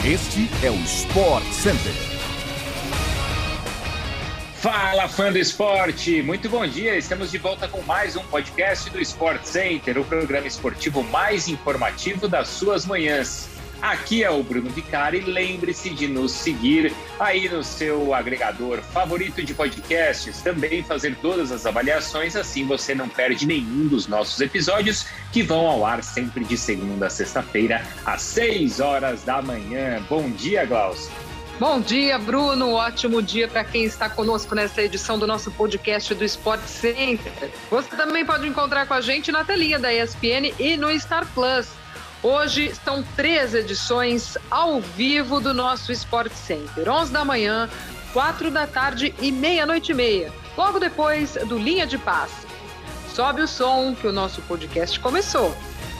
Este é o Sport Center. Fala, fã do esporte! Muito bom dia! Estamos de volta com mais um podcast do Sport Center, o programa esportivo mais informativo das suas manhãs. Aqui é o Bruno Vicari. Lembre-se de nos seguir aí no seu agregador favorito de podcasts, também fazer todas as avaliações, assim você não perde nenhum dos nossos episódios que vão ao ar sempre de segunda a sexta-feira, às 6 horas da manhã. Bom dia, Glaucio! Bom dia, Bruno. Ótimo dia para quem está conosco nessa edição do nosso podcast do Sport Center. Você também pode encontrar com a gente na telinha da ESPN e no Star Plus. Hoje são 3 edições ao vivo do nosso Sport Center. 11 da manhã, 4 da tarde e meia-noite e meia. Logo depois do Linha de Passe. Sobe o som que o nosso podcast começou.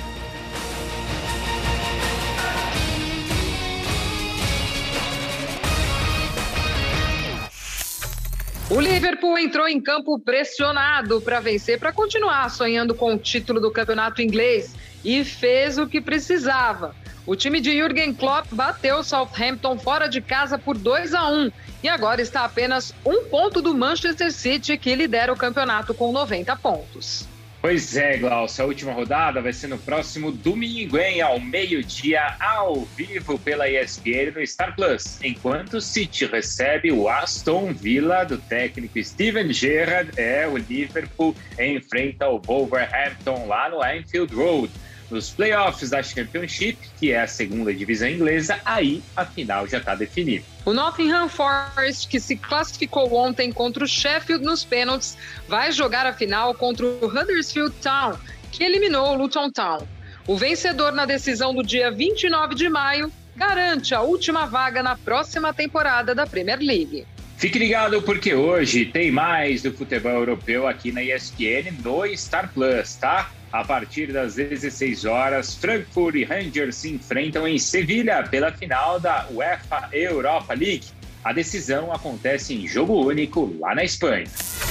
O Liverpool entrou em campo pressionado para vencer, para continuar sonhando com o título do campeonato inglês e fez o que precisava. O time de Jürgen Klopp bateu o Southampton fora de casa por 2-1 e agora está a apenas 1 ponto do Manchester City, que lidera o campeonato com 90 pontos. Pois é, Glaucio, a última rodada vai ser no próximo domingo, hein? Ao meio-dia, ao vivo pela ESPN no Star Plus, enquanto o City recebe o Aston Villa do técnico Steven Gerrard. O Liverpool enfrenta o Wolverhampton lá no Anfield Road. Nos playoffs da Championship, que é a segunda divisão inglesa, aí a final já está definida. O Nottingham Forest, que se classificou ontem contra o Sheffield nos pênaltis, vai jogar a final contra o Huddersfield Town, que eliminou o Luton Town. O vencedor na decisão do dia 29 de maio garante a última vaga na próxima temporada da Premier League. Fique ligado porque hoje tem mais do futebol europeu aqui na ESPN no Star Plus, tá? A partir das 16 horas, Frankfurt e Rangers se enfrentam em Sevilha pela final da UEFA Europa League. A decisão acontece em jogo único lá na Espanha.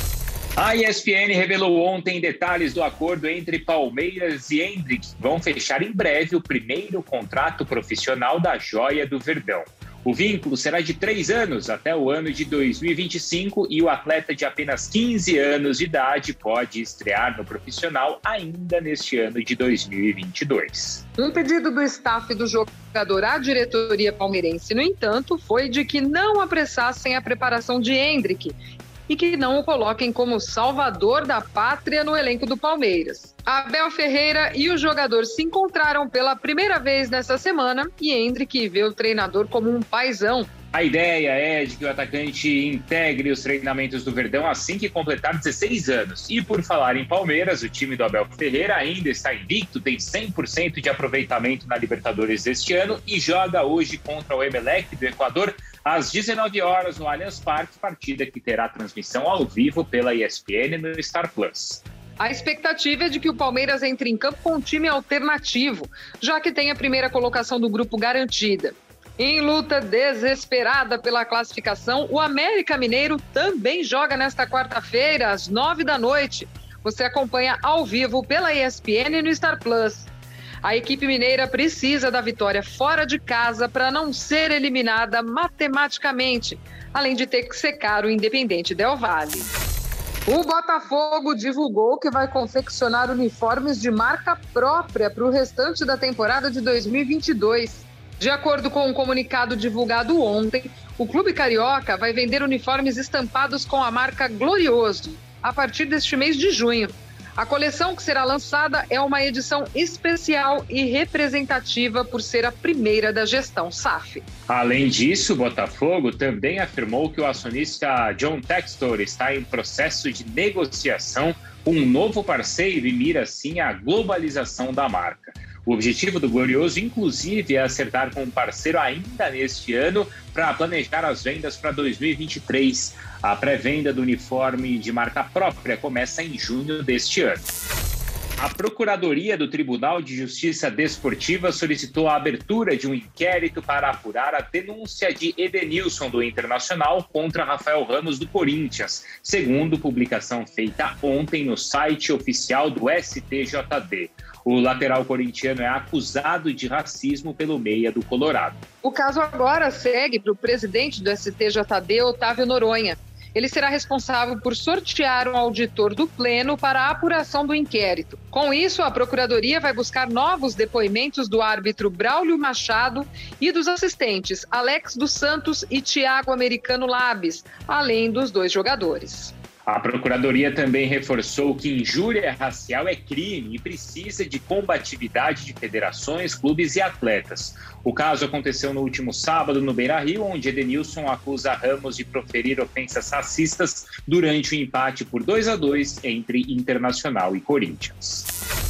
A ESPN revelou ontem detalhes do acordo entre Palmeiras e Endrick. Vão fechar em breve o primeiro contrato profissional da Joia do Verdão. O vínculo será de 3 anos, até o ano de 2025, e o atleta de apenas 15 anos de idade pode estrear no profissional ainda neste ano de 2022. Um pedido do staff do jogador à diretoria palmeirense, no entanto, foi de que não apressassem a preparação de Endrick e que não o coloquem como salvador da pátria no elenco do Palmeiras. Abel Ferreira e o jogador se encontraram pela primeira vez nessa semana e Endrick vê o treinador como um paizão. A ideia é de que o atacante integre os treinamentos do Verdão assim que completar 16 anos. E por falar em Palmeiras, o time do Abel Ferreira ainda está invicto, tem 100% de aproveitamento na Libertadores deste ano e joga hoje contra o Emelec do Equador às 19 horas no Allianz Parque, partida que terá transmissão ao vivo pela ESPN no Star Plus. A expectativa é de que o Palmeiras entre em campo com um time alternativo, já que tem a primeira colocação do grupo garantida. Em luta desesperada pela classificação, o América Mineiro também joga nesta quarta-feira, às 9 da noite. Você acompanha ao vivo pela ESPN no Star Plus. A equipe mineira precisa da vitória fora de casa para não ser eliminada matematicamente, além de ter que secar o Independente Del Valle. O Botafogo divulgou que vai confeccionar uniformes de marca própria para o restante da temporada de 2022. De acordo com um comunicado divulgado ontem, o clube carioca vai vender uniformes estampados com a marca Glorioso a partir deste mês de junho. A coleção que será lançada é uma edição especial e representativa por ser a primeira da gestão SAF. Além disso, o Botafogo também afirmou que o acionista John Textor está em processo de negociação com um novo parceiro e mira, assim, a globalização da marca. O objetivo do Glorioso, inclusive, é acertar com um parceiro ainda neste ano para planejar as vendas para 2023. A pré-venda do uniforme de marca própria começa em junho deste ano. A Procuradoria do Tribunal de Justiça Desportiva solicitou a abertura de um inquérito para apurar a denúncia de Edenilson do Internacional contra Rafael Ramos do Corinthians, segundo publicação feita ontem no site oficial do STJD. O lateral corintiano é acusado de racismo pelo meia do Colorado. O caso agora segue para o presidente do STJD, Otávio Noronha. Ele será responsável por sortear um auditor do Pleno para a apuração do inquérito. Com isso, a Procuradoria vai buscar novos depoimentos do árbitro Braulio Machado e dos assistentes Alex dos Santos e Thiago Americano Labes, além dos 2 jogadores. A Procuradoria também reforçou que injúria racial é crime e precisa de combatividade de federações, clubes e atletas. O caso aconteceu no último sábado no Beira-Rio, onde Edenilson acusa Ramos de proferir ofensas racistas durante o empate por 2-2 entre Internacional e Corinthians.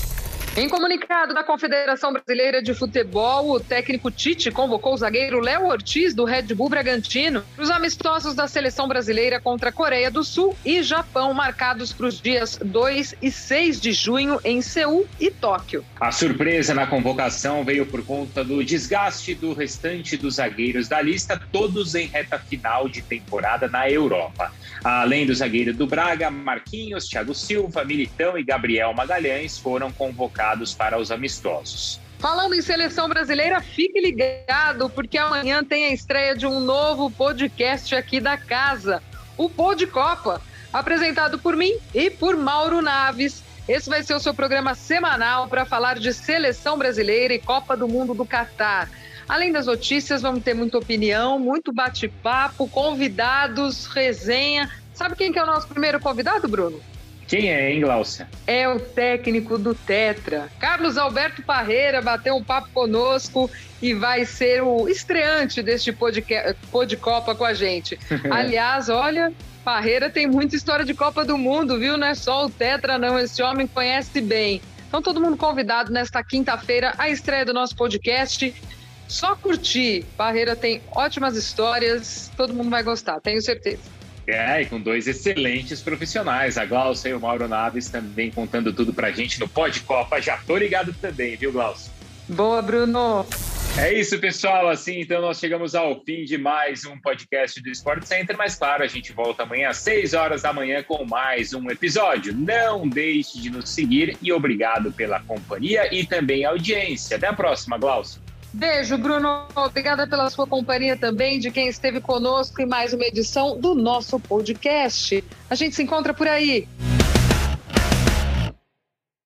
Em comunicado da Confederação Brasileira de Futebol, o técnico Tite convocou o zagueiro Léo Ortiz, do Red Bull Bragantino, para os amistosos da seleção brasileira contra a Coreia do Sul e Japão, marcados para os dias 2 e 6 de junho em Seul e Tóquio. A surpresa na convocação veio por conta do desgaste do restante dos zagueiros da lista, todos em reta final de temporada na Europa. Além do zagueiro do Braga, Marquinhos, Thiago Silva, Militão e Gabriel Magalhães foram convocados para os amistosos. Falando em seleção brasileira, fique ligado, porque amanhã tem a estreia de um novo podcast aqui da casa, o Pod Copa, apresentado por mim e por Mauro Naves. Esse vai ser o seu programa semanal para falar de seleção brasileira e Copa do Mundo do Catar. Além das notícias, vamos ter muita opinião, muito bate-papo, convidados, resenha. Sabe quem que é o nosso primeiro convidado, Bruno? Quem é, hein, Glaucia? É o técnico do Tetra. Carlos Alberto Parreira bateu um papo conosco e vai ser o estreante deste Pod Copa com a gente. Aliás, olha, Parreira tem muita história de Copa do Mundo, viu? Não é só o Tetra, não. Esse homem conhece bem. Então, todo mundo convidado nesta quinta-feira, a estreia do nosso podcast. Só curtir. Parreira tem ótimas histórias, todo mundo vai gostar, tenho certeza. E com 2 excelentes profissionais, a Glaucia e o Mauro Naves também contando tudo pra gente no Pod Copa. Já tô ligado também, viu, Glaucia? Boa, Bruno! É isso, pessoal. Assim, então, nós chegamos ao fim de mais um podcast do Sport Center, mas, claro, a gente volta amanhã às 6 horas da manhã com mais um episódio. Não deixe de nos seguir e obrigado pela companhia e também audiência. Até a próxima, Glaucia. Beijo, Bruno. Obrigada pela sua companhia também, de quem esteve conosco em mais uma edição do nosso podcast. A gente se encontra por aí.